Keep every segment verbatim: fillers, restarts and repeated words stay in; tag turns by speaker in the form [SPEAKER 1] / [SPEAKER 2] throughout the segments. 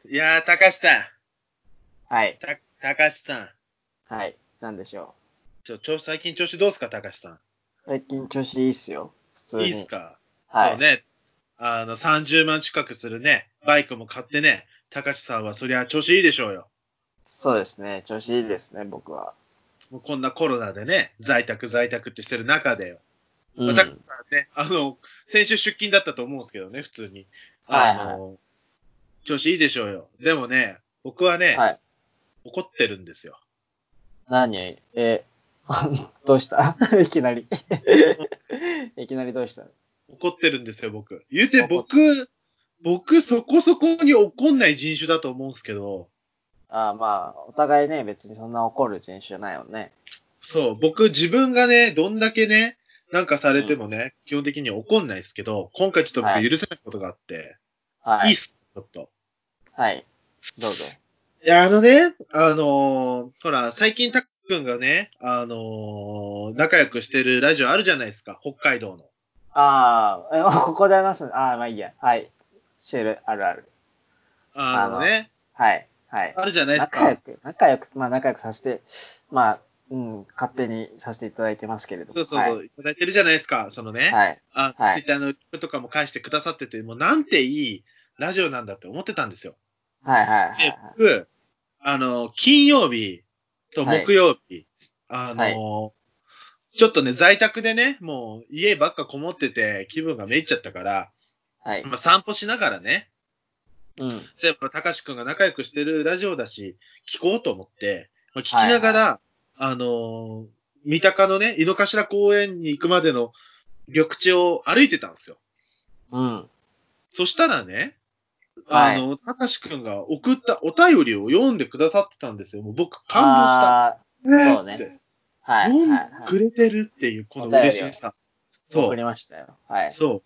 [SPEAKER 1] いやー、高橋さん。
[SPEAKER 2] はい。
[SPEAKER 1] た、高橋さん。
[SPEAKER 2] はい。なんでしょ
[SPEAKER 1] ちょ、調子、最近調子どうすか、高橋さん。
[SPEAKER 2] う。最近調子いいっすよ。普通
[SPEAKER 1] いいっす
[SPEAKER 2] に。
[SPEAKER 1] か？
[SPEAKER 2] はい。
[SPEAKER 1] そうね。あの、さんじゅうまん近くするね、バイクも買ってね、高橋さんはそりゃ調子いいでしょうよ。
[SPEAKER 2] そうですね。調子いいですね、僕は。
[SPEAKER 1] もうこんなコロナでね、在宅在宅ってしてる中でよ。まあ、高橋
[SPEAKER 2] うん。
[SPEAKER 1] さんね、あの、先週出勤だったと思うんですけどね、普通に。あ
[SPEAKER 2] はいはい。
[SPEAKER 1] の、調子いいでしょうよ。でもね、僕はね、
[SPEAKER 2] はい。
[SPEAKER 1] 怒ってるんですよ。
[SPEAKER 2] 何え、どうしたいきなりいきなりどうした
[SPEAKER 1] 怒ってるんですよ、僕。言うて
[SPEAKER 2] 怒っ、
[SPEAKER 1] 僕、僕そこそこに怒んない人種だと思うんですけど、
[SPEAKER 2] ああ、まあ、お互いね、別にそんな怒る人種じゃないよね。
[SPEAKER 1] そう、僕自分がね、どんだけね、なんかさ
[SPEAKER 2] うん。
[SPEAKER 1] れてもね、基本的に怒んないですけど、今回ちょっと
[SPEAKER 2] はい。
[SPEAKER 1] 僕許せないことがあって、
[SPEAKER 2] はい。
[SPEAKER 1] いいっす、ちょっと。
[SPEAKER 2] はい。どうぞ。
[SPEAKER 1] いや、あのね、あのーほら、最近たっくんがね、あのー仲良くしてるラジオあるじゃないですか、北海道の。
[SPEAKER 2] ああ、えここで話す。ああ、まあいいや。はい。シェル、あるある。
[SPEAKER 1] あ
[SPEAKER 2] あの、
[SPEAKER 1] のね、
[SPEAKER 2] はい、はい。
[SPEAKER 1] あるじゃないですか。
[SPEAKER 2] 仲良く、仲良く、まあ仲良くさせて、まあ、うん、勝手にさせていただいてますけれども、はい、
[SPEAKER 1] そうそうそう、いただいてるじゃないですか。そのね、
[SPEAKER 2] はい、
[SPEAKER 1] あ、
[SPEAKER 2] はい、
[SPEAKER 1] ツイッターのリプとかも返してくださってて、もうなんていいラジオなんだって思ってたんですよ。
[SPEAKER 2] はい、はい、
[SPEAKER 1] で、
[SPEAKER 2] は
[SPEAKER 1] 僕、あの、金曜日と
[SPEAKER 2] い、はい、
[SPEAKER 1] 木曜日、あ
[SPEAKER 2] はい、
[SPEAKER 1] の、ちょっとね、在宅でね、もう家ばっかこもってて気分がめいっちゃったから、
[SPEAKER 2] はい、
[SPEAKER 1] まあ、散歩しながらね、
[SPEAKER 2] うん、
[SPEAKER 1] そういえば、たかしくんが仲良くしてるラジオだし、聞こうと思って、まあ、聞き
[SPEAKER 2] はい、はい、
[SPEAKER 1] ながら、あの三鷹のね、井の頭公園に行くまでの緑地を歩いてたんですよ。
[SPEAKER 2] うん、
[SPEAKER 1] そしたらね、あ
[SPEAKER 2] はい。
[SPEAKER 1] の、たかしくんが送ったお便りを読んでくださってたんですよ。もう僕感動した。
[SPEAKER 2] あー、そうね。
[SPEAKER 1] ねって。
[SPEAKER 2] はい、
[SPEAKER 1] 読んで
[SPEAKER 2] はい、はい。
[SPEAKER 1] くれてるっていうこ
[SPEAKER 2] お
[SPEAKER 1] の
[SPEAKER 2] 便りを
[SPEAKER 1] 嬉しさ。
[SPEAKER 2] 送り
[SPEAKER 1] そう。
[SPEAKER 2] ましたよ。はい、
[SPEAKER 1] そう。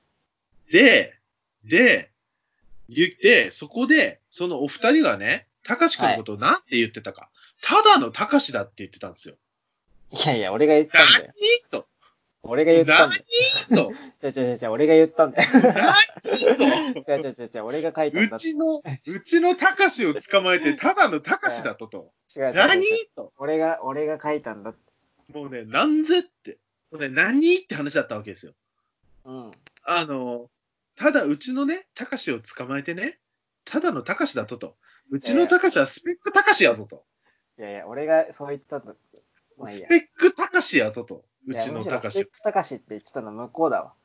[SPEAKER 1] で、で、言って、そこで、そのお二人がね、たかしくん
[SPEAKER 2] はい。
[SPEAKER 1] のことを何て言ってたか。ただのたかしだって言ってたんですよ。
[SPEAKER 2] いやいや、俺が言ったんだよ。
[SPEAKER 1] 何と。
[SPEAKER 2] 俺が
[SPEAKER 1] もう何
[SPEAKER 2] 言ったんだよ。
[SPEAKER 1] と。
[SPEAKER 2] 違う違う違う、俺が言ったんだよ。
[SPEAKER 1] もう何と。
[SPEAKER 2] 違う違う違う違う、俺が書いたん
[SPEAKER 1] う
[SPEAKER 2] だって。
[SPEAKER 1] ちの、うちのたかしを捕まえて、ただのたかし
[SPEAKER 2] いや、
[SPEAKER 1] だとと。
[SPEAKER 2] 違う違う違
[SPEAKER 1] 何
[SPEAKER 2] う違う。
[SPEAKER 1] と。
[SPEAKER 2] 俺が、俺が書いたんだって。
[SPEAKER 1] もうね、なんぜって。もうね、何って話だったわけですよ。
[SPEAKER 2] うん。
[SPEAKER 1] あの、ただうちのね、たかしを捕まえてね、ただのたかしだとと。うちの
[SPEAKER 2] いやいや、
[SPEAKER 1] たかしはスペックたかしやぞと。
[SPEAKER 2] いやいや、俺がそう言ったんだって。まあいいや。
[SPEAKER 1] スペックたかしやぞと。う
[SPEAKER 2] いや、
[SPEAKER 1] ち
[SPEAKER 2] む
[SPEAKER 1] のたかしを。
[SPEAKER 2] しろスペック高しって言ってたの向こうだわ。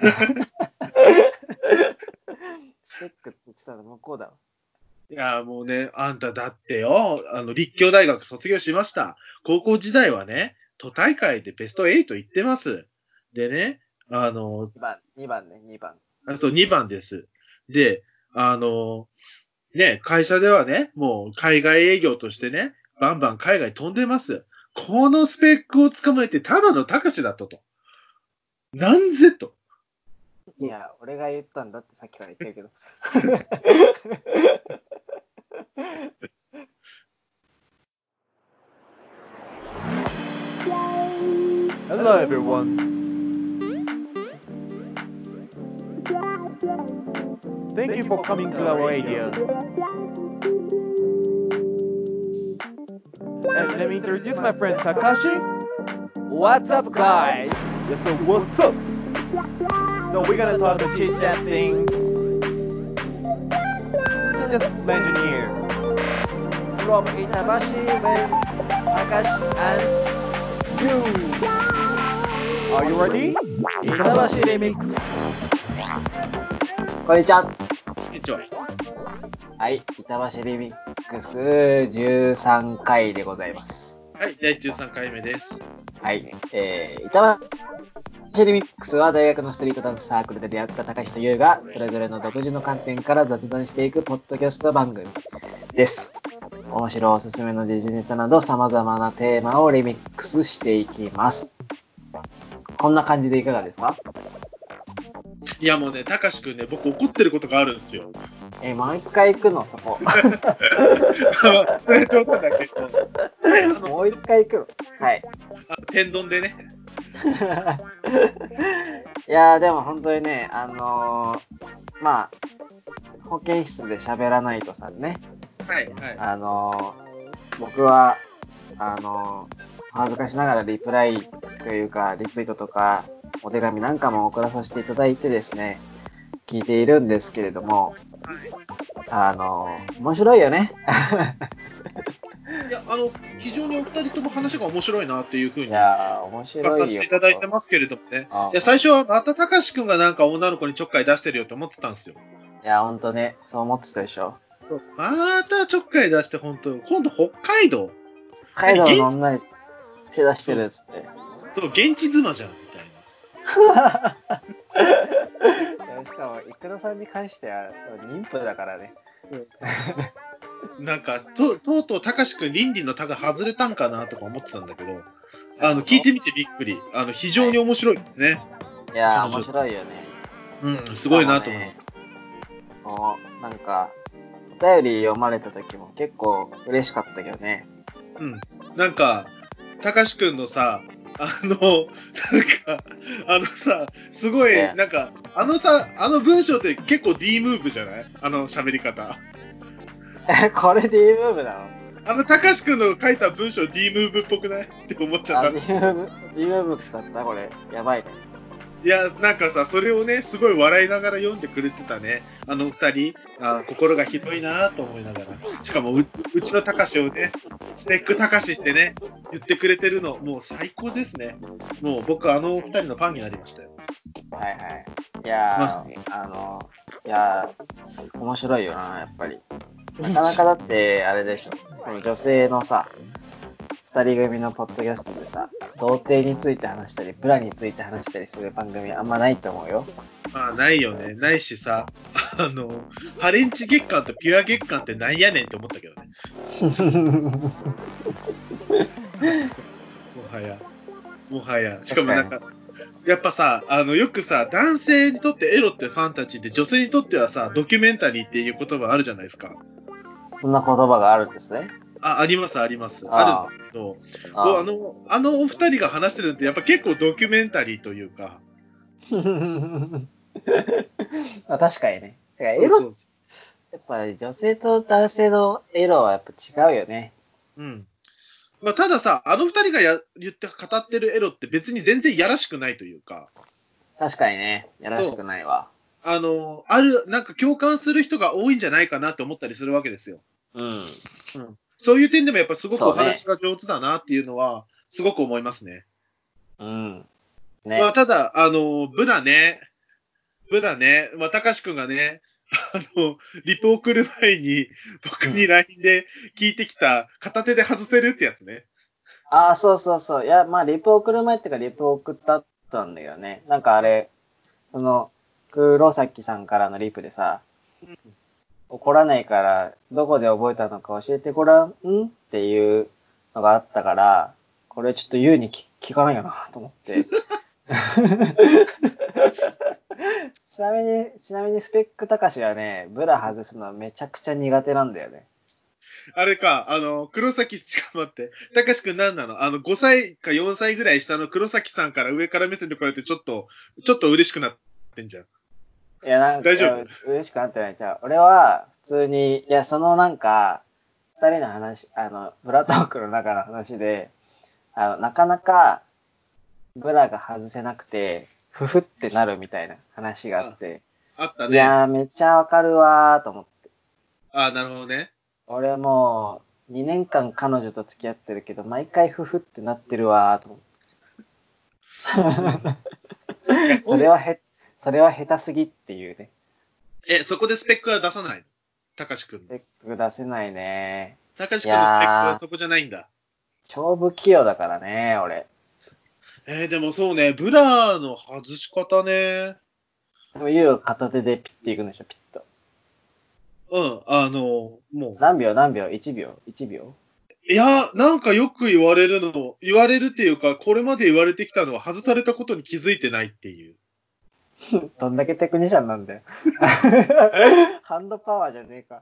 [SPEAKER 2] スペックって言ってたの向こうだわ。
[SPEAKER 1] いや、もうね、あんただってよ、あの、立教大学卒業しました。高校時代はね、都大会でベストはち行ってます。でね、あの、
[SPEAKER 2] にばん、にばんね、にばん。
[SPEAKER 1] あ、そう、にばんです。で、あの、ね、会社ではね、もう海外営業としてね、バンバン海外飛んでます。このスペックを捕まえてただの高しだったと。なんぜと。
[SPEAKER 2] いや、俺が言ったんだってさっきから言ってるけど。
[SPEAKER 3] Hello, everyone. Thank you for coming to our radio. And let me introduce my friend Takashi.
[SPEAKER 2] What's up, guys?
[SPEAKER 3] Yes, so what's up? So we're gonna talk about chit chat things. So just mention here.
[SPEAKER 2] From Itabashi with Takashi and
[SPEAKER 3] You. Are you ready?
[SPEAKER 2] Itabashi Remix. こんにちは。
[SPEAKER 1] 店長。
[SPEAKER 2] はい、板橋リミックスじゅうさんかいでございます。
[SPEAKER 1] はい、だいじゅうさんかいめです。
[SPEAKER 2] はい、えー、板橋リミックスは大学のストリートダンスサークルで出会った高橋と優がそれぞれの独自の観点から雑談していくポッドキャスト番組です。面白おすすめの時事ネタなど様々なテーマをリミックスしていきます。こんな感じでいかがですか？
[SPEAKER 1] いやもうね、たかしくんね、僕怒ってることがあるんですよ。
[SPEAKER 2] えー、もう一回行くのそこ。
[SPEAKER 1] それ冗談だけど。ね、あの、
[SPEAKER 2] もう一回行くのはい。
[SPEAKER 1] あの天丼でね。
[SPEAKER 2] いやーでも本当にね、あのー、まあ、 保健室で喋らないとさんね。
[SPEAKER 1] はいはい。
[SPEAKER 2] あのー、僕は、あのー、恥ずかしながらリプライというか、リツイートとか、お手紙なんかも送らさせていただいてですね、聞いているんですけれども、あのー、面白いよね。
[SPEAKER 1] いや、あの、非常にお二人とも話が面白いなっていうふう
[SPEAKER 2] い
[SPEAKER 1] に
[SPEAKER 2] やー、面
[SPEAKER 1] 聞か
[SPEAKER 2] 白いよ。
[SPEAKER 1] させていただいてますけれどもね。
[SPEAKER 2] あ
[SPEAKER 1] いや、最初はまたたかしくんがなんか女の子にちょっかい出してるよと思ってたんですよ。
[SPEAKER 2] いや、ほんとね、そう思ってたでしょ。
[SPEAKER 1] またちょっかい出して本当今度北海道。
[SPEAKER 2] 北海道の
[SPEAKER 1] 何現
[SPEAKER 2] 女に手出して
[SPEAKER 1] そう、
[SPEAKER 2] るっつって。
[SPEAKER 1] そう、現地妻じゃん、みたい
[SPEAKER 2] いやしかも、イクラさんに関しては妊婦だからね。
[SPEAKER 1] な。なんか、と、とうとうたかしくん倫理のタが外れたんかなとか思ってたんだけど、あの、聞いてみてびっくり。あの、非常に面白いですね。
[SPEAKER 2] いやー、
[SPEAKER 1] 彼女
[SPEAKER 2] 面白いよね。
[SPEAKER 1] うん、すごいなと思います。
[SPEAKER 2] しかもね、もうなんか、お便り読まれた時も結構嬉しかったけどね。
[SPEAKER 1] うん。なんか、たかしくんのさ、あの、なんか、あのさ、すごい、
[SPEAKER 2] ね
[SPEAKER 1] なんか、あのさ、あの文章って結構 D ムーブじゃないあの喋り方。
[SPEAKER 2] え、これ D ムーブなの？
[SPEAKER 1] あの、たかしくんの書いた文章 D ムーブっぽくないって思っちゃっ
[SPEAKER 2] あ、
[SPEAKER 1] た。
[SPEAKER 2] D ムーブ、D ムーブだったこれ。やばいね。
[SPEAKER 1] いや、なんかさ、それをね、すごい笑いながら読んでくれてたね。あの二人、あ心が広いなと思いながら。しかもう、うちのたかしをね、スペックたかしってね、言ってくれてるの、もう最高ですね。もう僕、あの二人のファンになりましたよ。
[SPEAKER 2] はいはい。い
[SPEAKER 1] ま
[SPEAKER 2] やー、あの、いやー、面白いよな、やっぱり。
[SPEAKER 1] あ、
[SPEAKER 2] なかなかだって、あれでしょ。その女性のさ、二人組のポッドキャストでさ、童貞について話したり、ブラについて話したりする番組あんまないと思うよ。
[SPEAKER 1] まあ、ないよね。ないしさ、あの、ハレンチ月間とピュア月間ってなんやねんって思ったけどね。もはや。もはや。しか
[SPEAKER 2] 確かに。
[SPEAKER 1] もなんか、やっぱさ、あの、よくさ、男性にとってエロってファンタジーで、女性にとってはさ、ドキュメンタリーっていう言葉あるじゃないですか。
[SPEAKER 2] そんな言葉があるんですね。
[SPEAKER 1] あ、あります、あります。あるんで
[SPEAKER 2] あ
[SPEAKER 1] すけど、
[SPEAKER 2] あ、ああ。
[SPEAKER 1] こうあの、あのお二人が話してるのってやっぱ結構ドキュメンタリーというか、
[SPEAKER 2] まあ確かにね。てかエロ、
[SPEAKER 1] そうそうそ
[SPEAKER 2] やっぱり女性と男性のエロはやっぱ違うよね。
[SPEAKER 1] う。うん。まあ、たださ、あの二人がや、言って語ってるエロって別に全然やらしくないというか、
[SPEAKER 2] 確かにね。やらしく
[SPEAKER 1] そう。
[SPEAKER 2] ないわ。
[SPEAKER 1] あの、ある、なんか共感する人が多いんじゃないかなって思ったりするわけですよ。
[SPEAKER 2] うん。
[SPEAKER 1] うん。そういう点でもやっぱすごくお
[SPEAKER 2] そうね。
[SPEAKER 1] 話が上手だなっていうのは、すごく思いますね。
[SPEAKER 2] うん。
[SPEAKER 1] まあ、
[SPEAKER 2] ね。
[SPEAKER 1] ただ、あの、ブラね、ブラね、まあ、たかしくんがね、あの、リプ送る前に、僕に
[SPEAKER 2] うん。
[SPEAKER 1] ライン で聞いてきた、片手で外せるってやつね。
[SPEAKER 2] ああ、そうそうそう。いや、まあ、リプ送る前っていうか、リプ送ったったんだよね。なんかあれ、その、黒崎さんからのリプでさ、怒らないから、どこで覚えたのか教えてごらんっていうのがあったから、これちょっと言うに聞聞かないよなと思って。ちなみに、ちなみにスペック高しはね、ブラ外すのめちゃくちゃ苦手なんだよね。
[SPEAKER 1] あれか、あの、黒崎、しか待って、たかしくん何なのあの、ごさいかよんさいぐらい下の黒崎さんから上から目線で来られてちょっと、ちょっと嬉しくなってんじゃん。
[SPEAKER 2] いや、なんか、
[SPEAKER 1] 大丈夫
[SPEAKER 2] 嬉しくなってない。じゃあ、俺は、普通に、いや、そのなんか、二人の話、あの、ブラトークの中の話で、あの、なかなか、ブラが外せなくて、ふふってなるみたいな話があっ
[SPEAKER 1] あ、
[SPEAKER 2] て、
[SPEAKER 1] あったね。
[SPEAKER 2] いやー、めっちゃわかるわーと思って。
[SPEAKER 1] あ、なるほどね。
[SPEAKER 2] 俺もう、にねんかん彼女と付き合ってるけど、毎回ふふってなってるわーと思
[SPEAKER 1] うん。い
[SPEAKER 2] って。
[SPEAKER 1] や、
[SPEAKER 2] それはへ、それは下手すぎっていうね。
[SPEAKER 1] え、そこでスペックは出さないのたかしくんの。
[SPEAKER 2] スペック出せないね。い
[SPEAKER 1] たかしくんのスペックは
[SPEAKER 2] やー、
[SPEAKER 1] そこじゃないんだ。
[SPEAKER 2] 超不器用だからね、俺。
[SPEAKER 1] えーでもそうね、ブラの外し方ね。
[SPEAKER 2] でも、ゆう片手でピッていくんでしょ、ピッと。
[SPEAKER 1] うん、あの、も
[SPEAKER 2] 何秒何秒 ?いち 秒 ?いち 秒
[SPEAKER 1] う。いや、なんかよく言われるの、言われるっていうか、これまで言われてきたのは外されたことに気づいてないっていう。
[SPEAKER 2] どんだけテクニシャンなんだよ。ハンドパワーじゃねえか。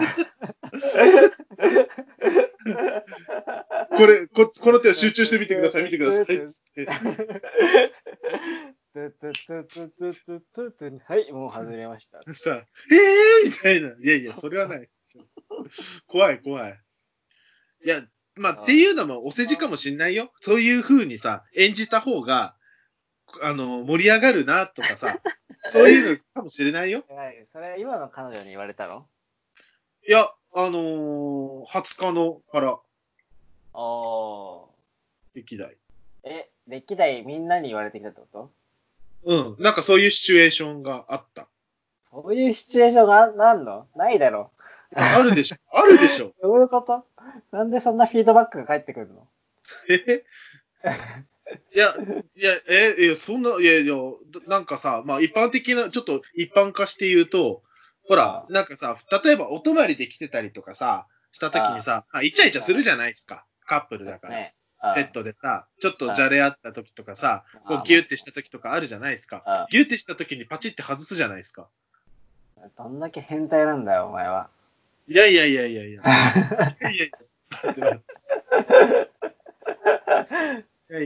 [SPEAKER 1] これ、こ、この手を集中してみてください、見てください、つって。
[SPEAKER 2] トゥトゥトゥトゥトゥトゥトゥはい、もう外れました。
[SPEAKER 1] そしたら、えーみたいな。いやいや、それはない。怖い怖い。いや、まあ、っていうのもお世辞かもしんないよ。そういう風にさ、演じた方が、あの、盛り上がるな、とかさ、そういうのかもしれないよ。
[SPEAKER 2] はい、それ今の彼女に言われたの？
[SPEAKER 1] いや、あのー、はつかのから、
[SPEAKER 2] おー。
[SPEAKER 1] 歴代。
[SPEAKER 2] え、歴代みんなに言われてきたってこと？
[SPEAKER 1] うん。なんかそういうシチュエーションがあった。
[SPEAKER 2] そういうシチュエーションがなんの？ないだろ。
[SPEAKER 1] あるでしょ。あるでしょ。
[SPEAKER 2] どういうこと？なんでそんなフィードバックが返ってくるの？
[SPEAKER 1] えいや、いや、え、いや、そんな、いやいや、なんかさ、まあ一般的な、ちょっと一般化して言うと、ほら、なんかさ、例えばお泊まりで来てたりとかさ、した時にさ、あイチャイチャするじゃないですか。カップルだから。
[SPEAKER 2] ね。
[SPEAKER 1] ペットでさ、ちょっとじゃれ合った時とかさ、こうギュってした時とかあるじゃないですか。ギュってした時にパチって外すじゃないですか。
[SPEAKER 2] どんだけ変態なんだよ、お前は。
[SPEAKER 1] いやいやいやいやいや。いやいやいや。待って待って。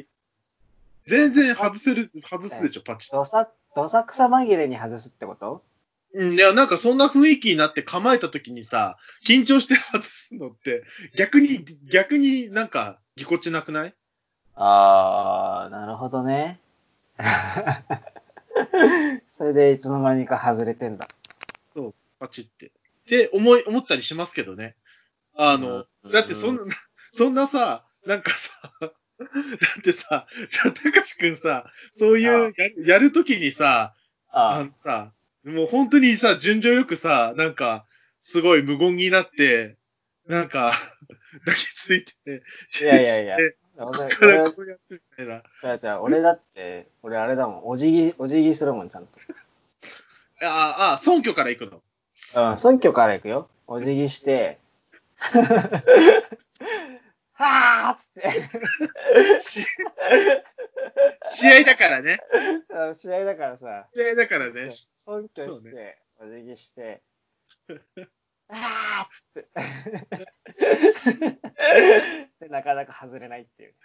[SPEAKER 1] 全然外せる、外すでしょ、パチッと。
[SPEAKER 2] どさ、どさくさ紛れに外すってこと？
[SPEAKER 1] うん、いや、なんかそんな雰囲気になって構えた時にさ、緊張して外すのって、逆に、逆になんか、ぎこちなくない？
[SPEAKER 2] あー、なるほどね。それでいつの間にか外れてんだ。
[SPEAKER 1] そう、パチって。って思い、思ったりしますけどね。あの、
[SPEAKER 2] うん、
[SPEAKER 1] だってそんな、そんなさ、なんかさ、だってさ、じゃあ、たかしくんさ、そういうやる、やるときにさ、あ
[SPEAKER 2] あ
[SPEAKER 1] のさ、もう本当にさ、順序よくさ、なんか、すごい無言になって、なんか、抱きついて、
[SPEAKER 2] いやいやいや、
[SPEAKER 1] してそこ
[SPEAKER 2] 俺、
[SPEAKER 1] から
[SPEAKER 2] 俺、
[SPEAKER 1] こうやってみたいな。
[SPEAKER 2] じゃあじゃあ、俺だって、俺あれだもん、お辞儀、お辞儀するもん、ちゃんと。
[SPEAKER 1] ああ、尊居から行くの。
[SPEAKER 2] うん、選挙から行くよ。お辞儀して、はーっつって
[SPEAKER 1] し試合だからね。
[SPEAKER 2] 試合だからさ、
[SPEAKER 1] 試合だからね。
[SPEAKER 2] 尊敬
[SPEAKER 1] そうね。
[SPEAKER 2] して、お辞儀して、あーっつってで、なかなか外れないっていう。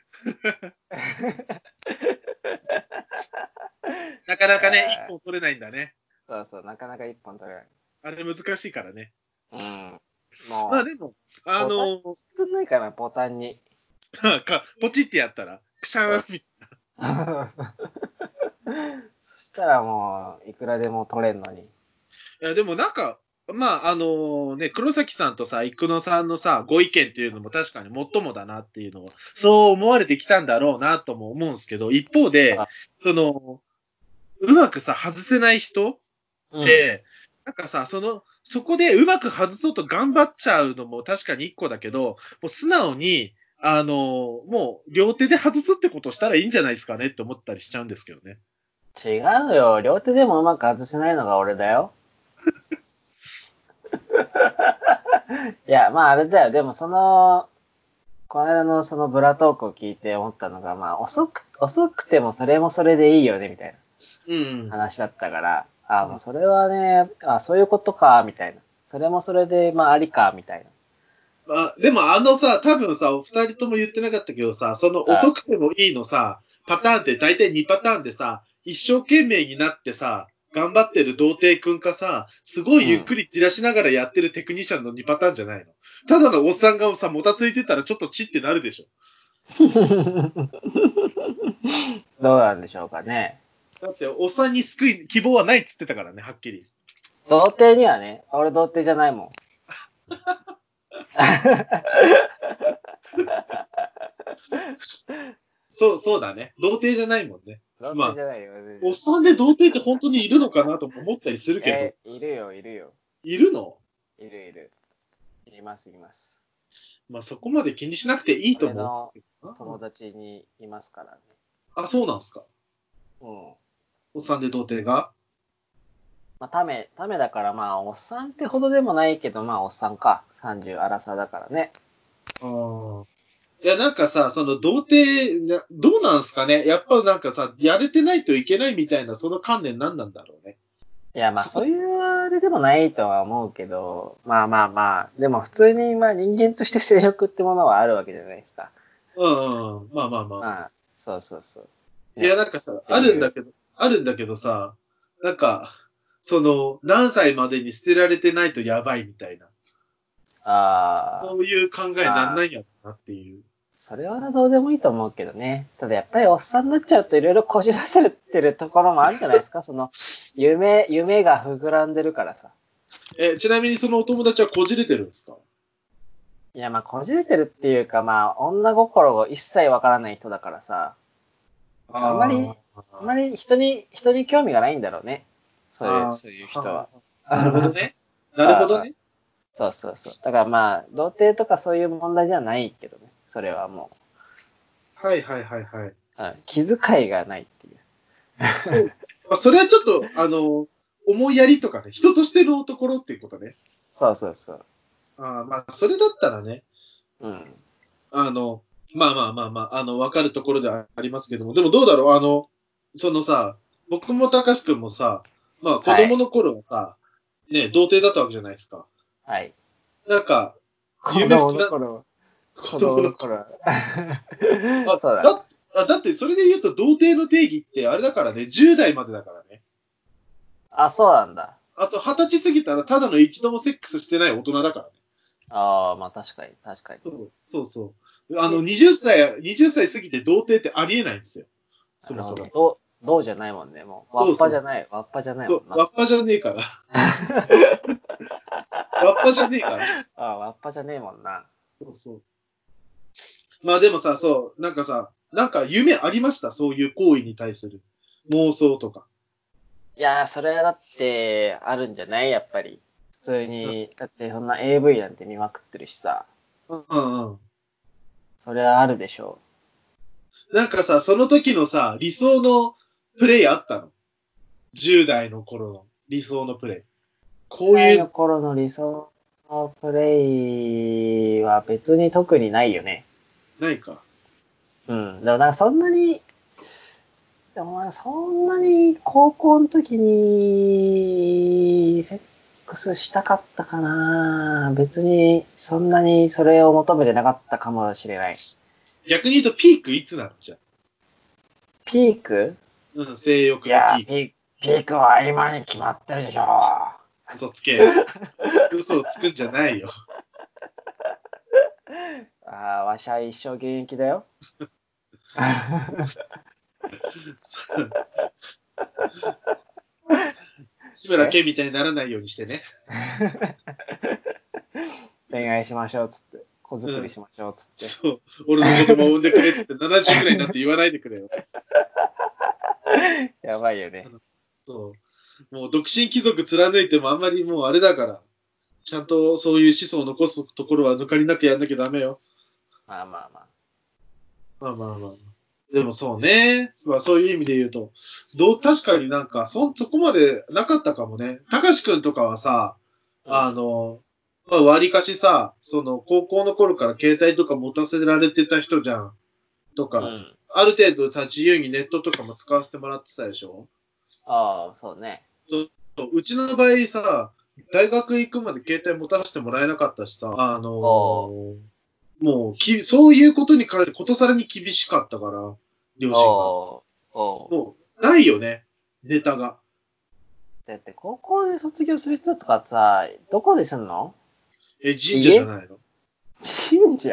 [SPEAKER 1] なかなかね、一本取れないんだね。
[SPEAKER 2] そうそう、なかなか一本取れない。
[SPEAKER 1] あれ難しいからね。
[SPEAKER 2] うん。
[SPEAKER 1] まあ
[SPEAKER 2] も
[SPEAKER 1] でも、
[SPEAKER 2] う、
[SPEAKER 1] あ
[SPEAKER 2] ボタン
[SPEAKER 1] の、
[SPEAKER 2] 作んないかな、ボタンに。
[SPEAKER 1] か、ポチってやったら、くしゃーみ
[SPEAKER 2] そしたらもう、いくらでも取れんのに。
[SPEAKER 1] いや、でもなんか、まあ、あのね、黒崎さんとさ、生野さんのさ、ご意見っていうのも確かに最もだなっていうのを、そう思われてきたんだろうなとも思うんですけど、一方で、その、うまくさ、外せない人っ
[SPEAKER 2] うん。
[SPEAKER 1] て、なんかさ、その、そこでうまく外そうと頑張っちゃうのも確かに一個だけど、もう素直に、あのもう両手で外すってことをしたらいいんじゃないですかねって思ったりしちゃうんですけどね。
[SPEAKER 2] 違うよ。両手でもうまく外せないのが俺だよ。いや、まああれだよ。でもその、この間のそのブラトークを聞いて思ったのが、まあ遅く、遅くてもそれもそれでいいよね、みたい
[SPEAKER 1] うん
[SPEAKER 2] な話だったから、ああ、もうそれはね、あそういうことか、みたいな。それもそれで、まあありか、みたいな。
[SPEAKER 1] まあ、でもあのさ、多分さ、お二人とも言ってなかったけどさ、その遅くてもいいのさ、パターンって大体にパターンでさ、一生懸命になってさ、頑張ってる童貞くんかさ、すごいゆっくり散らしながらやってるテクニシャンのにパターンじゃないの。ただのおっさんがさ、もたついてたらちょっとチってなるでしょ。
[SPEAKER 2] どうなんでしょうかね。
[SPEAKER 1] だって、おっさんに救い、希望はないっつってたからね、はっきり。
[SPEAKER 2] 童貞にはね、俺童貞じゃないもん。
[SPEAKER 1] そう、そうだね。童貞じゃないもんね。
[SPEAKER 2] 童
[SPEAKER 1] まあ、
[SPEAKER 2] 貞じゃないよ。
[SPEAKER 1] おっさんで童貞って本当にいるのかなと思ったりするけど。
[SPEAKER 2] え、いるよ、いるよ。
[SPEAKER 1] いるの？
[SPEAKER 2] いるいる。います、います。
[SPEAKER 1] まあそこまで気にしなくていいと思
[SPEAKER 2] 俺の
[SPEAKER 1] う。
[SPEAKER 2] 友達にいますからね。
[SPEAKER 1] あ、そうなんすか。
[SPEAKER 2] うん。
[SPEAKER 1] おっさんで童貞が？
[SPEAKER 2] まあ、ため、ためだからまあ、おっさんってほどでもないけど、まあ、おっさんか。さんじゅうアラサーだからね。
[SPEAKER 1] ああ。いや、なんかさ、その童貞な、どうなんすかね。やっぱなんかさ、やれてないといけないみたいな、その観念何なんだろうね。
[SPEAKER 2] いや、まあ、そういうあれでもないとは思うけど、まあまあまあ、でも普通にまあ人間として性欲ってものはあるわけじゃないですか。
[SPEAKER 1] うんうん。まあまあまあ。
[SPEAKER 2] まあ、そうそうそう。ね、
[SPEAKER 1] いや、なんかさ、あるんだけど、 あるんだけどさ、なんか、その、何歳までに捨てられてないとやばいみたいな。
[SPEAKER 2] あ
[SPEAKER 1] そういう考
[SPEAKER 2] あ、
[SPEAKER 1] えなん
[SPEAKER 2] まあ、
[SPEAKER 1] ないやろなっていう。
[SPEAKER 2] それはどうでもいいと思うけどね。ただやっぱりおっさんになっちゃうといろいろこじらせてるところもあるんじゃないですか。その、夢、夢が膨らんでるからさ。
[SPEAKER 1] え、ちなみにそのお友達はこじれてるんですか？
[SPEAKER 2] いや、まあ、こじれてるっていうか、まあ、女心が一切わからない人だからさ。あんまり、
[SPEAKER 1] あ
[SPEAKER 2] あんまり人に、人に興味がないんだろうね。そういう、
[SPEAKER 1] あ
[SPEAKER 2] そういう人は。
[SPEAKER 1] あ、なるほどね。なるほど
[SPEAKER 2] ああ、
[SPEAKER 1] ね。
[SPEAKER 2] そうそうそう。だからまあ、童貞とかそういう問題じゃないけどね。それはも
[SPEAKER 1] はいはいはいはい。
[SPEAKER 2] う、うん、気遣いがないっていう。
[SPEAKER 1] そう。まあ、それはちょっと、あの、思いやりとかね、人としてのところっていうことね。
[SPEAKER 2] そうそうそう。
[SPEAKER 1] ああ、まあ、それだったらね、
[SPEAKER 2] うん。
[SPEAKER 1] あの、まあまあまあまあ、あの、わかるところではありますけども、でもどうだろう、あの、そのさ、僕も高橋くんもさ、まあ子
[SPEAKER 2] はい。
[SPEAKER 1] 供の頃はさ、ね、童貞だったわけじゃないですか。
[SPEAKER 2] はい。
[SPEAKER 1] なんか、
[SPEAKER 2] 子供
[SPEAKER 1] 夢膨らん、
[SPEAKER 2] の頃、
[SPEAKER 1] 子
[SPEAKER 2] 子
[SPEAKER 1] 供の頃。
[SPEAKER 2] 供の頃。
[SPEAKER 1] あ、
[SPEAKER 2] そうだね。
[SPEAKER 1] だ、あだってそれで言うと童貞の定義ってあれだからね、じゅう代までだからね。
[SPEAKER 2] あ、そうなんだ。
[SPEAKER 1] あ、そう、はたち過ぎたらただの一度もセックスしてない大人だからね。
[SPEAKER 2] ああ、まあ確かに、確かに。
[SPEAKER 1] そうそうそう。あの、
[SPEAKER 2] え、
[SPEAKER 1] はたち、はたち過ぎて童貞ってありえないんですよ。そ
[SPEAKER 2] なるほど。
[SPEAKER 1] もそも。
[SPEAKER 2] どう、どうじゃないもんね。もう、わっ
[SPEAKER 1] そうそうそう。
[SPEAKER 2] ぱじゃない。わっぱじゃない
[SPEAKER 1] そう、
[SPEAKER 2] もんな。
[SPEAKER 1] わっぱじゃねえから。わっぱじゃねえから。
[SPEAKER 2] ああ、わっぱじゃねえもんな。
[SPEAKER 1] そうそう。まあでもさ、そう、なんかさ、なんか夢ありましたそういう行為に対する妄想とか。
[SPEAKER 2] いやー、それはだって、あるんじゃないやっぱり。普通
[SPEAKER 1] うん
[SPEAKER 2] に。だってそんな エーブイ なんて見まくってるしさ。
[SPEAKER 1] うんうん。
[SPEAKER 2] それはあるでしょ
[SPEAKER 1] なんかさ、その時のさ、理想のプレイあったの？ じゅう 代の頃の理想のプレイ。
[SPEAKER 2] う。ぐらいの
[SPEAKER 1] こういう、
[SPEAKER 2] 頃の理想のプレイは別に特にないよね。
[SPEAKER 1] ないか。
[SPEAKER 2] うん。でもなんかそんなに、でもなんかそんなに高校の時にセックスしたかったかな。別にそんなにそれを求めてなかったかもしれない。
[SPEAKER 1] 逆に言うとピークいつなのじゃ
[SPEAKER 2] ピーク
[SPEAKER 1] あ。うん、性欲
[SPEAKER 2] いやー、
[SPEAKER 1] のピーク。
[SPEAKER 2] ピーク、ピークは今に決まってるでしょ。
[SPEAKER 1] 嘘つけ。嘘をつくんじゃないよ。
[SPEAKER 2] ああ、わしは一生現役だよ。
[SPEAKER 1] 志村
[SPEAKER 2] え
[SPEAKER 1] けんみたいにならないようにしてね。
[SPEAKER 2] 恋愛しましょうっつって。子
[SPEAKER 1] うん。
[SPEAKER 2] 作りしましょうっつって。
[SPEAKER 1] そう。俺の子供を産んでくれってななじゅうぐらいになって言わないでくれよ。
[SPEAKER 2] やばいよね。
[SPEAKER 1] あのそう。もう独身貴族貫いてもあんまりもうあれだから、ちゃんとそういう子孫を残すところは抜かりなくやんなきゃダメよ。
[SPEAKER 2] まあまあまあ。
[SPEAKER 1] まあまあまあ。でもそうね。まあそういう意味で言うと、どう、確かになんか、そ、そこまでなかったかもね。たかしくんとかはさ、
[SPEAKER 2] うん。
[SPEAKER 1] あの、まあ割かしさ、その高校の頃から携帯とか持たせられてた人じゃん。とか、
[SPEAKER 2] うん。
[SPEAKER 1] ある程度さ、自由にネットとかも使わせてもらってたでしょ？
[SPEAKER 2] ああ、そうね。
[SPEAKER 1] そううちの場合さ、大学行くまで携帯持たせてもらえなかったしさ、あの
[SPEAKER 2] おー、
[SPEAKER 1] ーもうき、そういうことに関してことさらに厳しかったから、両親が。
[SPEAKER 2] おー、おー。
[SPEAKER 1] もう、ないよね、ネタが。
[SPEAKER 2] だって高校で卒業する人とかさ、どこですんの？
[SPEAKER 1] え、神社じゃ
[SPEAKER 2] 家
[SPEAKER 1] ないの？
[SPEAKER 2] 神社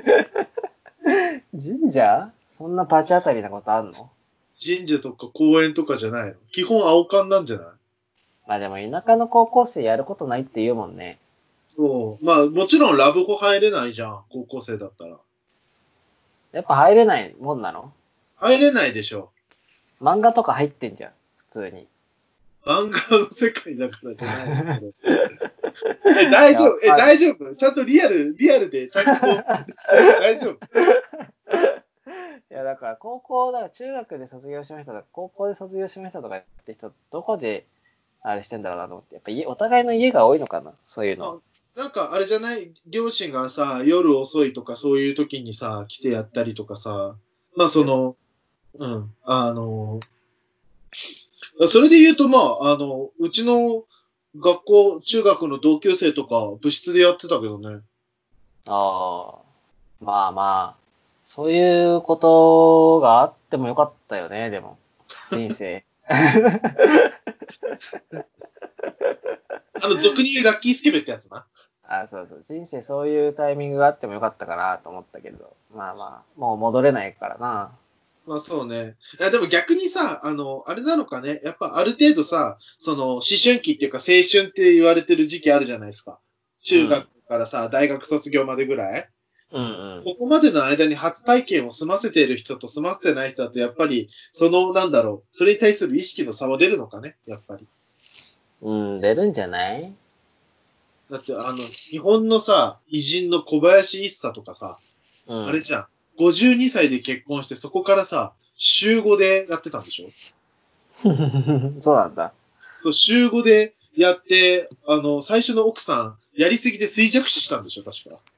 [SPEAKER 2] 神社そんな罰当たりなことあんの？
[SPEAKER 1] 神社とか公園とかじゃないの？基本青缶なんじゃない？
[SPEAKER 2] まあでも田舎の高校生やることないって言うもんね。
[SPEAKER 1] そう。まあ、もちろんラブホ入れないじゃん、高校生だったら。
[SPEAKER 2] やっぱ入れないもんなの？
[SPEAKER 1] 入れないでしょ。
[SPEAKER 2] 漫画とか入ってんじゃん。普通に。
[SPEAKER 1] 漫画の世界だからじゃないの、それ。え、大
[SPEAKER 2] いや、わ
[SPEAKER 1] 丈夫え、
[SPEAKER 2] かんない。
[SPEAKER 1] 大丈夫ちゃんとリアル、リアルで、ちゃんと、大丈夫？
[SPEAKER 2] いや、だから高校、だから中学で卒業しましたとか、高校で卒業しましたとかって人、どこで、あれしてんだろうなと思って。やっぱ家、お互いの家が多いのかなそういうのは。
[SPEAKER 1] あ、なんか、あれじゃない、両親がさ、夜遅いとかそういう時にさ、来てやったりとかさ、まあその、うん、あの、それで言うと、まあ、あの、うちの学校、中学の同級生とか部室でやってたけどね。
[SPEAKER 2] ああ、まあまあ、そういうことがあってもよかったよね、でも。人生。
[SPEAKER 1] あの、俗に言うラッキースケベってやつな。
[SPEAKER 2] あ、そうそう。人生そういうタイミングがあってもよかったかなと思ったけど。まあまあ、もう戻れないからな。
[SPEAKER 1] まあそうね。いやでも逆にさ、あの、あれなのかね。やっぱある程度さ、その、思春期っていうか青春って言われてる時期あるじゃないですか。中学からさ、大学卒業までぐらい。
[SPEAKER 2] うんうん。
[SPEAKER 1] ここまでの間に初体験を済ませている人と済ませてない人だと、やっぱり、その、なんだろう、それに対する意識の差は出るのかね、やっぱり。
[SPEAKER 2] うん、出るんじゃない？
[SPEAKER 1] だって、あの、日本のさ、偉人の小林一茶とかさ、
[SPEAKER 2] うん。
[SPEAKER 1] あれじゃん。ごじゅうにさいで結婚して、そこからさ、週ごでやってたんでしょ？
[SPEAKER 2] そうなんだ。
[SPEAKER 1] そう、週ごでやって、あの、最初の奥さん、やりすぎて衰弱死したんでしょ、確か。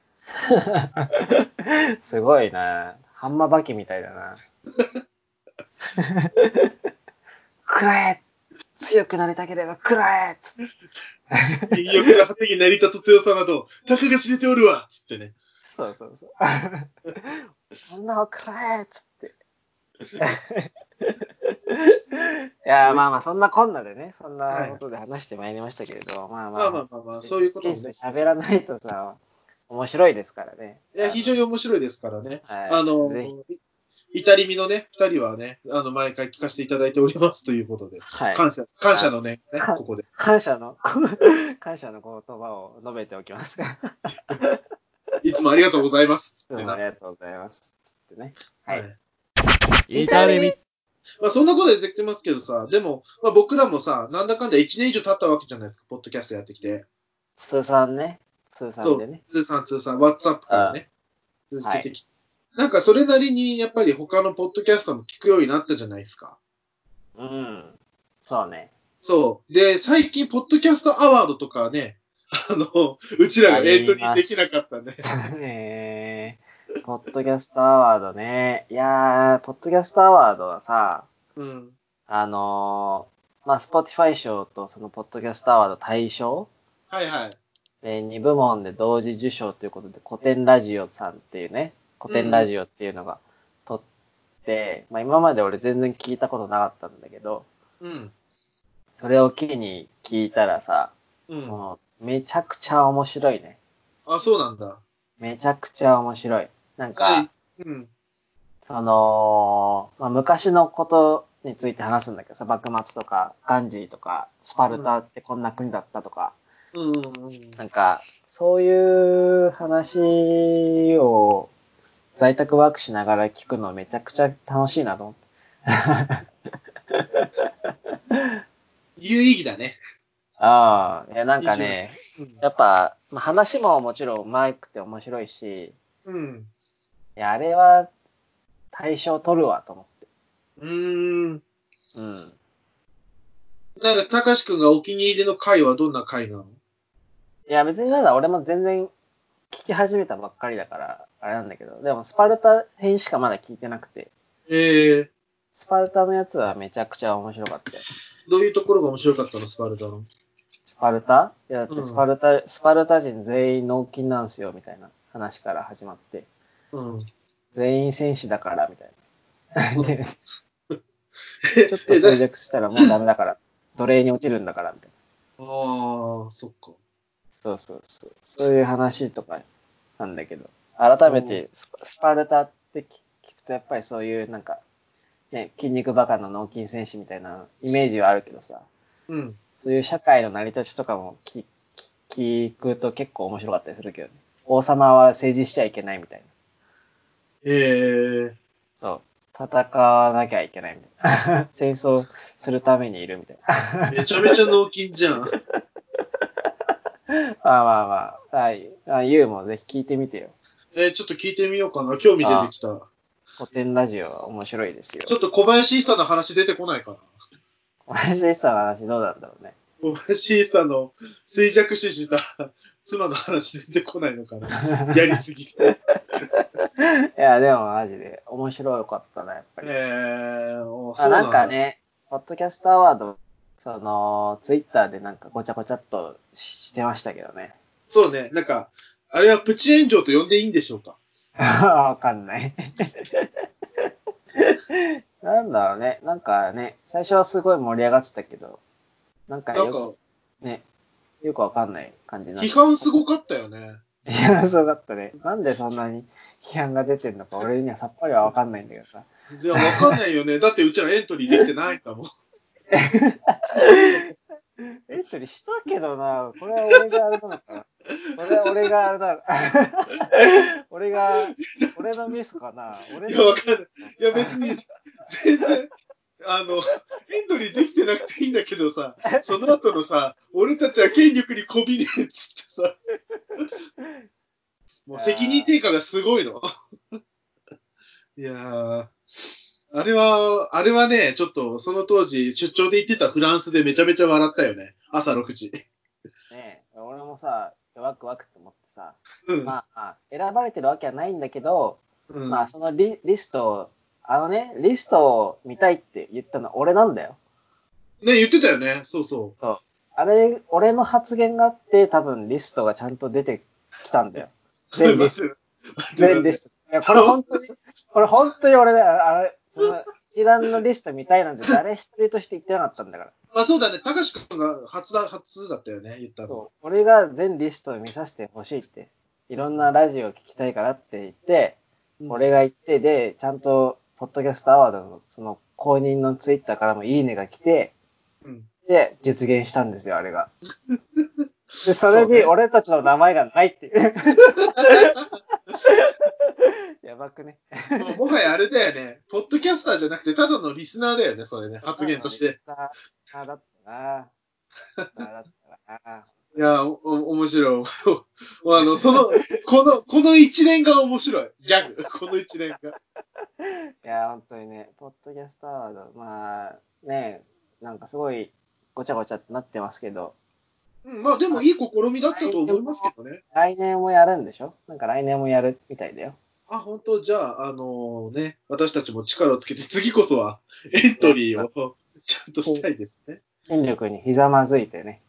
[SPEAKER 2] すごいな。ハンマーバキみたいだな。食らえ！強くなりたければ食らえ！つって。
[SPEAKER 1] 右翼が果てに成り立つ強さなど、たかが知れておるわつってね。
[SPEAKER 2] そうそうそう。女を食らえ！つって。いやーまあまあ、そんなこんなでね、そんなことで話してまいりましたけれど、まあまあ、
[SPEAKER 1] まあまあまあまあ、そういうこともね。
[SPEAKER 2] ケースで喋らないとさ、面白いですからね。
[SPEAKER 1] いや、非常に面白いですからね。
[SPEAKER 2] はい
[SPEAKER 1] あの
[SPEAKER 2] ぜ、
[SPEAKER 1] イタリミのね、二人はね、あの、毎回聞かせていただいておりますということで。
[SPEAKER 2] はい。
[SPEAKER 1] 感謝、感謝のね、ね、
[SPEAKER 2] か
[SPEAKER 1] ここで。
[SPEAKER 2] 感謝の、感謝の言葉を述べておきますが。
[SPEAKER 1] いつもありがとうございます。つってな。
[SPEAKER 2] どうもありがとうございます。つってね。は
[SPEAKER 1] はい
[SPEAKER 2] い。
[SPEAKER 1] イタリミまあそんなことでできてますけどさ、でも、まあ僕らもさ、なんだかんだいちねん以上経ったわけじゃないですか、ポッドキャストやってきて。
[SPEAKER 2] 通算ね。通算
[SPEAKER 1] そう、
[SPEAKER 2] でね。
[SPEAKER 1] 通算通算、WhatsApp からね、続けてきて。なんかそれなりにやっぱり他のポッドキャストも聞くようになったじゃないですか。
[SPEAKER 2] うん。そうね。
[SPEAKER 1] そう。で、最近、ポッドキャストアワードとかね、あの、うちらがエントリーできなかったね。
[SPEAKER 2] えー、ポッドキャストアワードね。いやー、ポッドキャストアワードはさ、
[SPEAKER 1] うん。
[SPEAKER 2] あのー、まあ、Spotify 賞とそのポッドキャストアワード大賞
[SPEAKER 1] はいはい。
[SPEAKER 2] で、に部門で同時受賞ということで、古典ラジオさんっていうね、古典ラジオっていうのが取って、まあ今まで俺全然聞いたことなかったんだけど、
[SPEAKER 1] うん。
[SPEAKER 2] それを機に聞いたらさ、
[SPEAKER 1] うん。
[SPEAKER 2] もうめちゃくちゃ面白いね。
[SPEAKER 1] あ、そうなんだ。
[SPEAKER 2] めちゃくちゃ面白い。なんか、
[SPEAKER 1] はい。うん。
[SPEAKER 2] その、まあ、昔のことについて話すんだけどさ、幕末とか、ガンジーとか、スパルタってこんな国だったとか、
[SPEAKER 1] うんうんうん。
[SPEAKER 2] なんか、そういう話を在宅ワークしながら聞くのめちゃくちゃ楽しいなと思って。
[SPEAKER 1] 有意義だね。
[SPEAKER 2] ああ、いやなん
[SPEAKER 1] 非常に。
[SPEAKER 2] かね、やっぱ、まあ、話ももちろん上手くて面白いし、
[SPEAKER 1] うん。
[SPEAKER 2] いや、あれは対象取るわと思って。
[SPEAKER 1] うーん。
[SPEAKER 2] うん。
[SPEAKER 1] なんか、たかしくんがお気に入りの回はどんな回なの？
[SPEAKER 2] いや、別になんだ、俺も全然聞き始めたばっかりだから、あれなんだけど、でもスパルタ編しかまだ聞いてなくて、
[SPEAKER 1] ええー、
[SPEAKER 2] スパルタのやつはめちゃくちゃ面白かったよ。
[SPEAKER 1] どういうところが面白かったの、スパルタの？
[SPEAKER 2] スパルタいや、だってスパ
[SPEAKER 1] うん。
[SPEAKER 2] ルタ、スパルタ人全員脳筋なんすよ、みたいな話から始まって、
[SPEAKER 1] うん。
[SPEAKER 2] 全員戦士だから、みたいな。で、ちょっと
[SPEAKER 1] え、だ、
[SPEAKER 2] 衰弱したらもうダメだから、奴隷に落ちるんだから、みたいな。
[SPEAKER 1] ああ、そっか。
[SPEAKER 2] そうそうそう。そういう話とかなんだけど、改めてスパスパルタって聞くとやっぱりそういうなんか、ね、筋肉バカの脳筋戦士みたいなイメージはあるけどさ、
[SPEAKER 1] うん。
[SPEAKER 2] そういう社会の成り立ちとかも聞聞くと結構面白かったりするけどね。王様は政治しちゃいけないみたいな。
[SPEAKER 1] ええ
[SPEAKER 2] そう。戦わなきゃいけないみたいな。戦争するためにいるみたい
[SPEAKER 1] ー、めちゃめちゃ脳筋じゃん。
[SPEAKER 2] な。まあまあまあ。はい。あ、ユウもぜひ聞いてみてよ。
[SPEAKER 1] えー、ちょっと聞いてみようかな。興味出て
[SPEAKER 2] あ、
[SPEAKER 1] きた。
[SPEAKER 2] 古典ラジオは面白いですよ。
[SPEAKER 1] ちょっと小林一茶の話出てこないかな。
[SPEAKER 2] 小林一茶の話どうなんだろうね。
[SPEAKER 1] 小林一茶の衰弱死した妻の話出てこないのかな。やりすぎ。
[SPEAKER 2] いや、でもマジで面白かったな、やっぱ
[SPEAKER 1] え
[SPEAKER 2] り。
[SPEAKER 1] ー、お
[SPEAKER 2] あ、なん
[SPEAKER 1] そうなんだ。
[SPEAKER 2] かね、ポッドキャストアワード、その、ツイッターでなんかごちゃごちゃっとしてましたけどね。
[SPEAKER 1] そうね。なんか、あれはプチ炎上と呼んでいいんでしょうか。
[SPEAKER 2] わかんない。 なんだろうね。なんかね、最初はすごい盛り上がってたけど、なんか
[SPEAKER 1] なんか、
[SPEAKER 2] よく、ね、よくわかんない感じになっ
[SPEAKER 1] 批
[SPEAKER 2] て
[SPEAKER 1] 判すごかったよね。
[SPEAKER 2] いや、そうだったね。なんでそんなに批判が出てんのか、俺にはさっぱりはわかんないんだけどさ。
[SPEAKER 1] いや、わかんないよね。だってうちらエントリーできてないんだもん。
[SPEAKER 2] エントリーしたけどな、これは俺があれなのかな。これは俺があれなの。俺が、俺のミスかな。俺
[SPEAKER 1] いや、
[SPEAKER 2] のミス
[SPEAKER 1] わかんない。いや、別に、全然、あの、エントリーできてなくていいんだけどさ、その後のさ、俺たちは権力にこびねえっつってさ、もう責任転嫁がすごいの。いやー、あれは、あれはね、ちょっと、その当時、出張で行ってたフランスでめちゃめちゃ笑ったよね。朝ろくじ。
[SPEAKER 2] ねえ、俺もさ、ワクワクって思ってさ、
[SPEAKER 1] うん。
[SPEAKER 2] まあ、選ばれてるわけはないんだけど、
[SPEAKER 1] うん。
[SPEAKER 2] まあ、そのリリストを、あのね、リストを見たいって言ったのは俺なんだよ。
[SPEAKER 1] ね、言ってたよね。そうそ
[SPEAKER 2] そう。あれ、俺の発言があって、多分リストがちゃんと出てきたんだよ。
[SPEAKER 1] う。
[SPEAKER 2] 全リスト。
[SPEAKER 1] 待って、待って、待って。
[SPEAKER 2] 全リスト。いや、これ本当に、これ本当に俺だよ。あれ、その、一覧のリスト見たいなんて誰一人として言ってなかったんだから。
[SPEAKER 1] まあそうだね。高橋くんが初だ、初だったよね。言ったのは。
[SPEAKER 2] そう。俺が全リストを見させてほしいって。いろんなラジオを聞きたいからって言って、
[SPEAKER 1] うん。
[SPEAKER 2] 俺が言って、で、ちゃんと、ポッドキャストアワードの、その、公認のツイッターからもいいねが来て、
[SPEAKER 1] うん。
[SPEAKER 2] で、実現したんですよ、あれが。で、それ
[SPEAKER 1] そうね。
[SPEAKER 2] に俺たちの名前がないっていう。やばくね。
[SPEAKER 1] もうもはやあれだよね。ポッドキャスターじゃなくて、ただのリスナーだよね、それね。発
[SPEAKER 2] ただのリ
[SPEAKER 1] 言として。
[SPEAKER 2] スナー、リスナーだったな。リスナーだったな。
[SPEAKER 1] いや、お、お面白い。あの、その、この、この一連が面白い。ギャグ。この一連が。
[SPEAKER 2] いや、本当にね、ポッドキャストアワード、まあ、ね、なんかすごいごちゃごちゃってなってますけど、
[SPEAKER 1] うん、まあで
[SPEAKER 2] まあ、
[SPEAKER 1] もいい試みだった
[SPEAKER 2] 来
[SPEAKER 1] と思いますけ
[SPEAKER 2] 年も、
[SPEAKER 1] どね。
[SPEAKER 2] 来年もやるんでしょ？なんか来年もやるみたいだよ。
[SPEAKER 1] あ、本当じゃあ、あのね、私たちも力をつけて、次こそはエント
[SPEAKER 2] やっ
[SPEAKER 1] リー
[SPEAKER 2] ぱ、
[SPEAKER 1] をちゃんとしたいですね。
[SPEAKER 2] 筋力にひざまずいてね。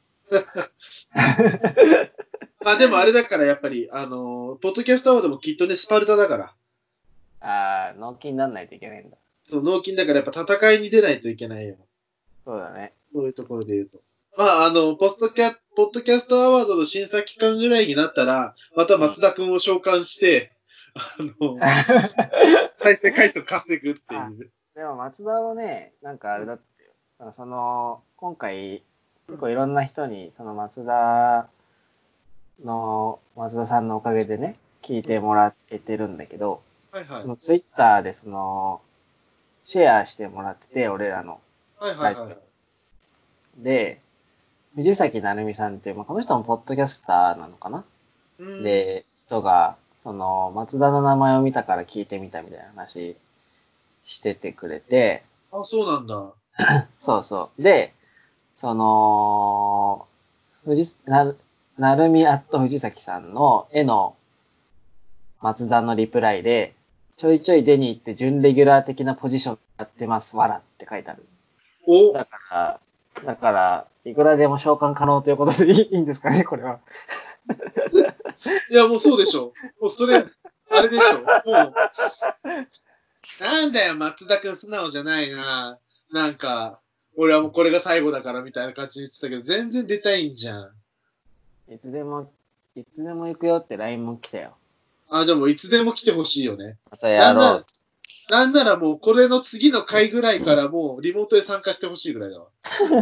[SPEAKER 1] まあでもあれだからやっぱり、あのポッドキャストアワードもきっとね、スパルタだから。
[SPEAKER 2] ああ、納期にならないといけないんだ。
[SPEAKER 1] そう、納金だからやっぱ戦いに出ないといけないよ。
[SPEAKER 2] そうだね。
[SPEAKER 1] そういうところで言うと。まあ、あの、ポストキャ、ポッドキャストアワードの審査期間ぐらいになったら、また
[SPEAKER 2] うん。
[SPEAKER 1] 松田くんを召喚して、あの、再生回数稼ぐって
[SPEAKER 2] あ、
[SPEAKER 1] いう。
[SPEAKER 2] でも松田もね、なんかあれだってよ。なんかその、今回、結構いろんな人に、その松田の、松田さんのおかげでね、聞い
[SPEAKER 1] うん。
[SPEAKER 2] てもらえてるんだけど、
[SPEAKER 1] はいはい。
[SPEAKER 2] そのツイッターでその、シェアしてもらってて、俺らの
[SPEAKER 1] はいはい
[SPEAKER 2] ラジ
[SPEAKER 1] はい。
[SPEAKER 2] オ。で、藤崎成美さんって、まあ、この人もポッドキャスターなのかな
[SPEAKER 1] うーん。
[SPEAKER 2] で、人が、その、松田の名前を見たから聞いてみたみたいな話しててくれて、
[SPEAKER 1] あ、そうなんだ。
[SPEAKER 2] そうそう。で、その、藤、な、なるみアット藤崎さんの絵の松田のリプライで、ちょいちょい出に行って準レギュラー的なポジションやってます、わらって書いてある。
[SPEAKER 1] お、
[SPEAKER 2] だから、だから、いくらでも召喚可能ということでいいいいんですかね、これは。
[SPEAKER 1] いやもうそうでしょ。もうそれ、あれでしょ。もう、なんだよ、松田くん素直じゃないな。なんか、俺はもうこれが最後だからみたいな感じで言ってたけど、全然出たいんじゃん。
[SPEAKER 2] いつでも、いつでも行くよって ライン も来たよ。
[SPEAKER 1] あ、じゃあもういつでも来てほしいよね。
[SPEAKER 2] また
[SPEAKER 1] なんなら、
[SPEAKER 2] やろう。
[SPEAKER 1] なんならもうこれの次の回ぐらいからもうリモートで参加してほしいぐらいだわ。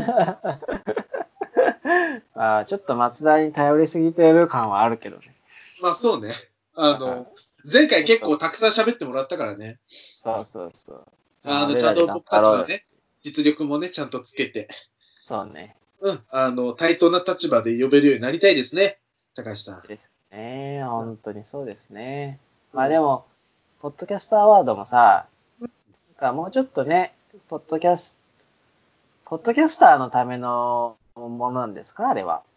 [SPEAKER 2] あーちょっと松田に頼りすぎてる感はあるけどね。
[SPEAKER 1] まあそうね。あの、
[SPEAKER 2] ち
[SPEAKER 1] 前回結
[SPEAKER 2] ょっと、
[SPEAKER 1] 構たくさん喋ってもらったからね。
[SPEAKER 2] そうそうそう。まあ、
[SPEAKER 1] あの、ちゃん
[SPEAKER 2] 俺らで頑
[SPEAKER 1] と僕た
[SPEAKER 2] 張ろうよ。
[SPEAKER 1] ちのね、実力もね、ちゃんとつけて、
[SPEAKER 2] そうね。
[SPEAKER 1] うん、あの、対等な立場で呼べるようになりたいですね。高橋さん。
[SPEAKER 2] ですね。
[SPEAKER 1] うん。
[SPEAKER 2] 本当にそうですね。
[SPEAKER 1] うん。
[SPEAKER 2] まあでも、ポッドキャストアワードもさ、なんかもうちょっとね、ポッドキャス、ポッドキャスターのためのものなんですかあれは。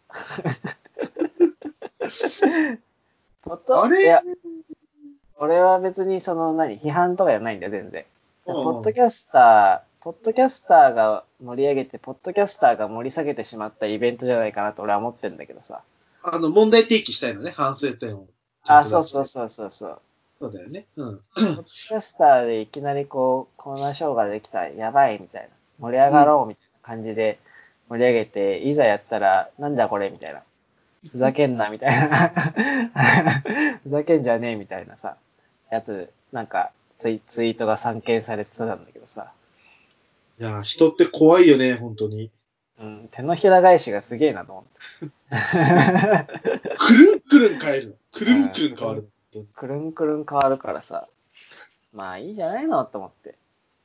[SPEAKER 2] ポッド、
[SPEAKER 1] あれ。
[SPEAKER 2] いや、俺は別にその何、批判とかじゃないんだよ、全然。ポッ
[SPEAKER 1] うんうん。
[SPEAKER 2] ドキャスター、ポッドキャスターが盛り上げて、ポッドキャスターが盛り下げてしまったイベントじゃないかなと俺は思ってんだけどさ。
[SPEAKER 1] あの、問題提起したいのね、反省点をちゃん
[SPEAKER 2] あ、
[SPEAKER 1] と出して。
[SPEAKER 2] そうそうそうそうそう。
[SPEAKER 1] そうだよね。うん。
[SPEAKER 2] ポッドキャスターでいきなりこう、コーナーショーができたらやばいみたいな。盛り上がろうみたいな感じで盛り上げて、いざやったら、なんだこれみたいな。ふざけんなみたいな。ふざけんじゃねえみたいなさ、やつ、なんかツイ、ツイートが散見されてたんだけどさ。
[SPEAKER 1] いや、人って怖いよね、本当に。
[SPEAKER 2] うん、手のひら返しがすげえなと思って。
[SPEAKER 1] くるんくるん変えるの。くるんくるん変わる。
[SPEAKER 2] くるんくるん変わるからさ。まあいいじゃないのと思って。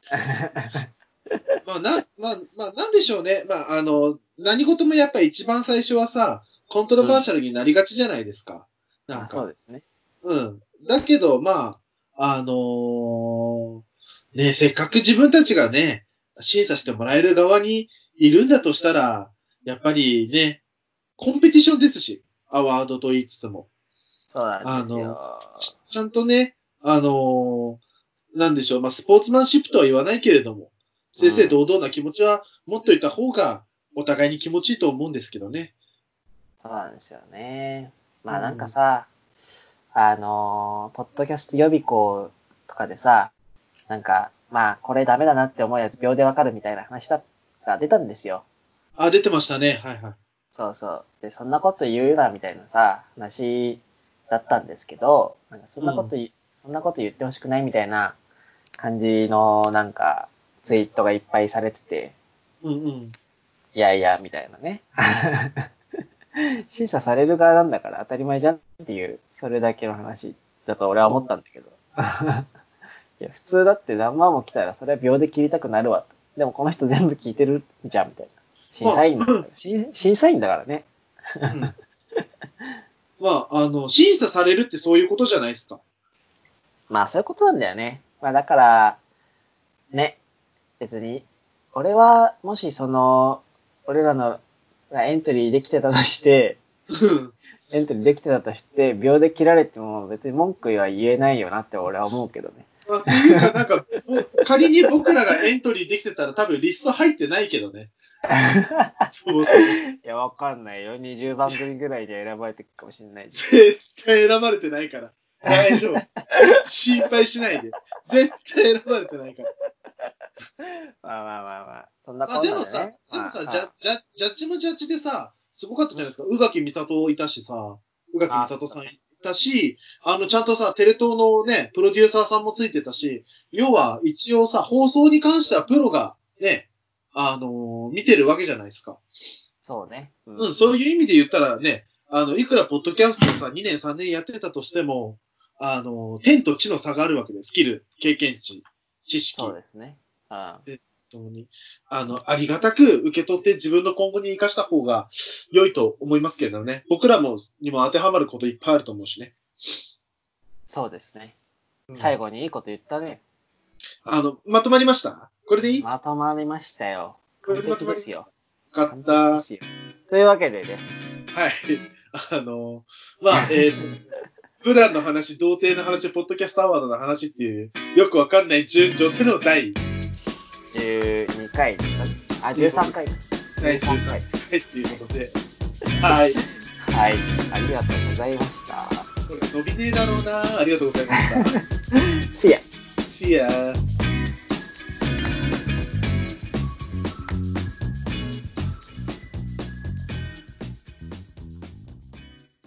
[SPEAKER 1] まあな、まあ、まあなんでしょうね。まああの、何事もやっぱり一番最初はさ、コントロバーシャルになりがちじゃないですか。うん、なんか。
[SPEAKER 2] そうですね。
[SPEAKER 1] うん。だけど、まあ、あのー、ね、せっかく自分たちがね、審査してもらえる側にいるんだとしたら、やっぱりね、コンペティションですし、アワードと言いつつも。
[SPEAKER 2] そうなんです
[SPEAKER 1] あの、
[SPEAKER 2] よ。
[SPEAKER 1] ちちゃんとね、あのー、なんでしょう、まあ、スポーツマンシップとは言わないけれども、正々堂々な気持ちは持っといた方が、お互いに気持ちいいと思うんですけどね。
[SPEAKER 2] そうなんですよね。まあ
[SPEAKER 1] うん
[SPEAKER 2] なんかさ、あのー、ポッドキャスト予備校とかでさ、なんか、まあこれダメだなって思うやつ秒でわかるみたいな話だが出たんですよ。
[SPEAKER 1] あ、出てましたね。はいはい。
[SPEAKER 2] そうそう。で、そんなこと言うなみたいなさ、話だったんですけど、なんかそんなこと言、うん、そんなこと言ってほしくないみたいな感じのなんかツイートがいっぱいされてて、
[SPEAKER 1] うんうん。
[SPEAKER 2] いやいや、みたいなね。審査される側なんだから当たり前じゃんっていう、それだけの話だと俺は思ったんだけど。いや、普通だって何万も来たらそれは秒で切りたくなるわと。でもこの人全部聞いてるじゃん、みたいな。審査員だから、審査員だからね。
[SPEAKER 1] うん、まあ、あの、審査されるってそういうことじゃないですか。
[SPEAKER 2] まあ、そういうことなんだよね。まあ、だから、ね、別に、俺は、もしその、俺らのエントリーできてたとして、エントリーできてたとして、秒で切られても別に文句は言えないよなって俺は思うけどね。
[SPEAKER 1] まあ、っていうか、なんか、仮に僕らがエントリーできてたら多分リスト入ってないけどね。そうそう。い
[SPEAKER 2] や、わかんないよ。にじゅうばん組ぐらいで選ばれてるかもしれない。
[SPEAKER 1] 絶対選ばれてないから。大丈夫。心配しないで。絶対選ばれてないから。
[SPEAKER 2] まあまあまあまあ。そんな
[SPEAKER 1] まあでもさ、でもさ、ジャジャジャッジもジャッジでさ、すごかったじゃないですか。宇垣美里いたしさ、宇垣美里さんいたし、あの、ちゃんとさ、テレ東のね、プロデューサーさんもついてたし、要は一応さ、放送に関してはプロがね、あのー、見てるわけじゃないですか。
[SPEAKER 2] そうね。
[SPEAKER 1] うん、うん、そういう意味で言ったらね、あの、いくらポッドキャストをさ、にねんさんねんやってたとしても、あの、天と地の差があるわけで、スキル、経験値、知識。
[SPEAKER 2] そうですね。うん。
[SPEAKER 1] でにあの、ありがたく受け取って自分の今後に生かした方が良いと思いますけどね。僕らも、にも当てはまることいっぱいあると思うしね。
[SPEAKER 2] そうですね。うん、最後にいいこと言ったね。
[SPEAKER 1] あの、まとまりましたこれでいい
[SPEAKER 2] まとまりましたよ。完璧ですよ。
[SPEAKER 1] よかった。
[SPEAKER 2] というわけでね。
[SPEAKER 1] はい。あの、まあ、えっ、ー、と、プランの話、童貞の話、ポッドキャストアワードの話っていう、よくわかんない順序での第
[SPEAKER 2] じゅうにかいですか？あ、じゅうさんかい。
[SPEAKER 1] 第じゅうさんかいっていうことで。はい。
[SPEAKER 2] はい。ありがとうございました。
[SPEAKER 1] これ伸びねえだろうな。ありがとうございました。